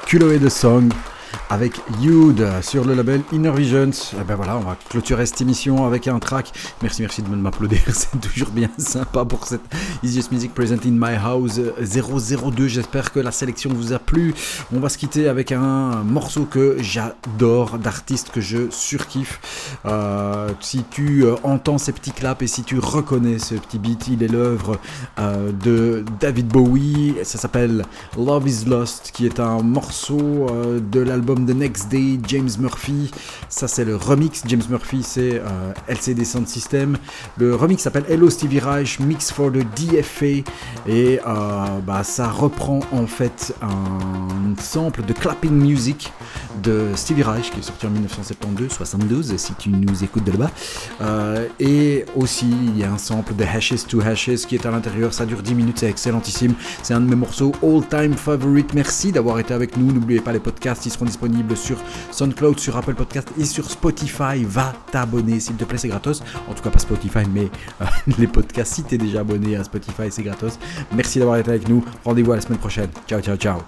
Kuloe de Song avec You'd sur le label Inner Visions. Et ben voilà, on va clôturer cette émission avec un track. Merci, merci de m'applaudir, c'est toujours bien sympa pour cette It's Just Music Present in My House zéro zéro deux. J'espère que la sélection vous a plu. On va se quitter avec un morceau que j'adore, d'artiste que je surkiffe. Euh, si tu euh, entends ces petits claps et si tu reconnais ce petit beat, il est l'œuvre euh, de David Bowie. Ça s'appelle Love is Lost, qui est un morceau euh, de l'album The Next Day, James Murphy. Ça c'est le remix. James Murphy c'est euh, L C D Sound System. Le remix s'appelle Hello Stevie Reich Mix for the D F A et euh, bah, ça reprend en fait un sample de Clapping Music de Stevie Reich qui est sorti en dix-neuf cent soixante-douze, soixante-douze si tu nous écoutes de là-bas. Euh, et aussi il y a un sample de Hashes to Hashes qui est à l'intérieur. Ça dure dix minutes, c'est excellentissime. C'est un de mes morceaux all time favorite. Merci d'avoir été avec nous. N'oubliez pas les podcasts, ils seront disponibles sur SoundCloud, sur Apple Podcast et sur Spotify. Va t'abonner s'il te plaît, c'est gratos. En tout cas pas Spotify mais euh, les podcasts, si t'es déjà abonné à Spotify c'est gratos. Merci d'avoir été avec nous. Rendez-vous à la semaine prochaine. Ciao ciao ciao.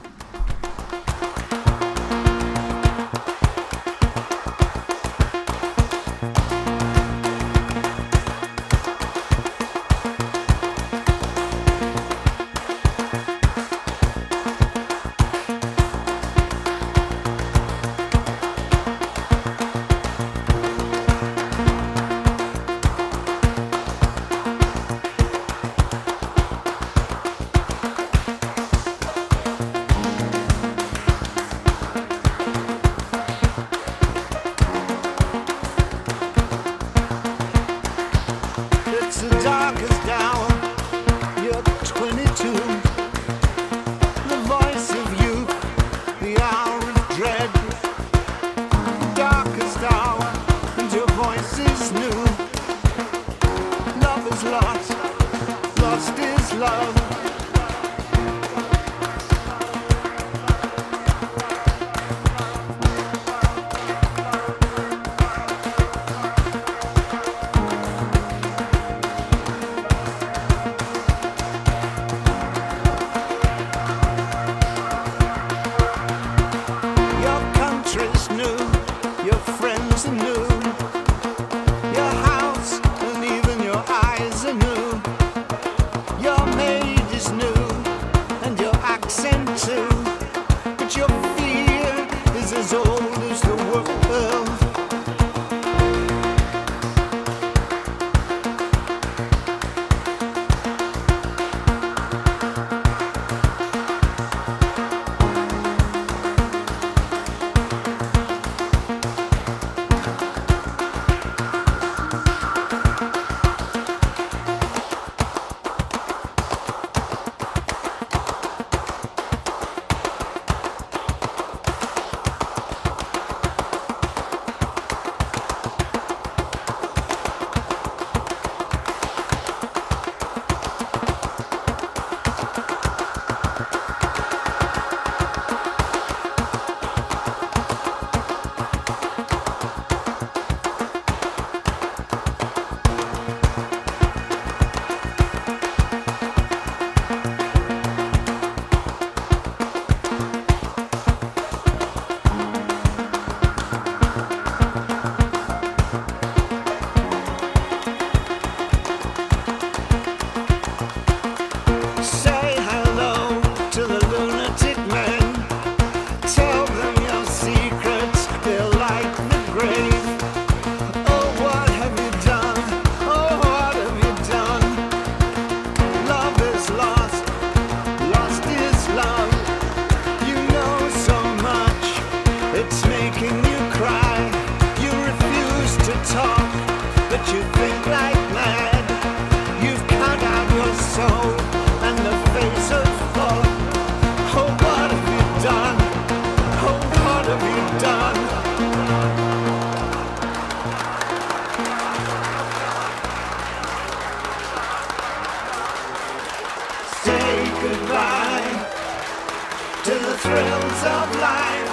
thrills of life,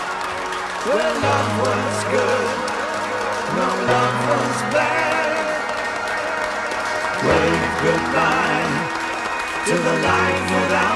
where love was good, no love was bad. Wave goodbye to the life without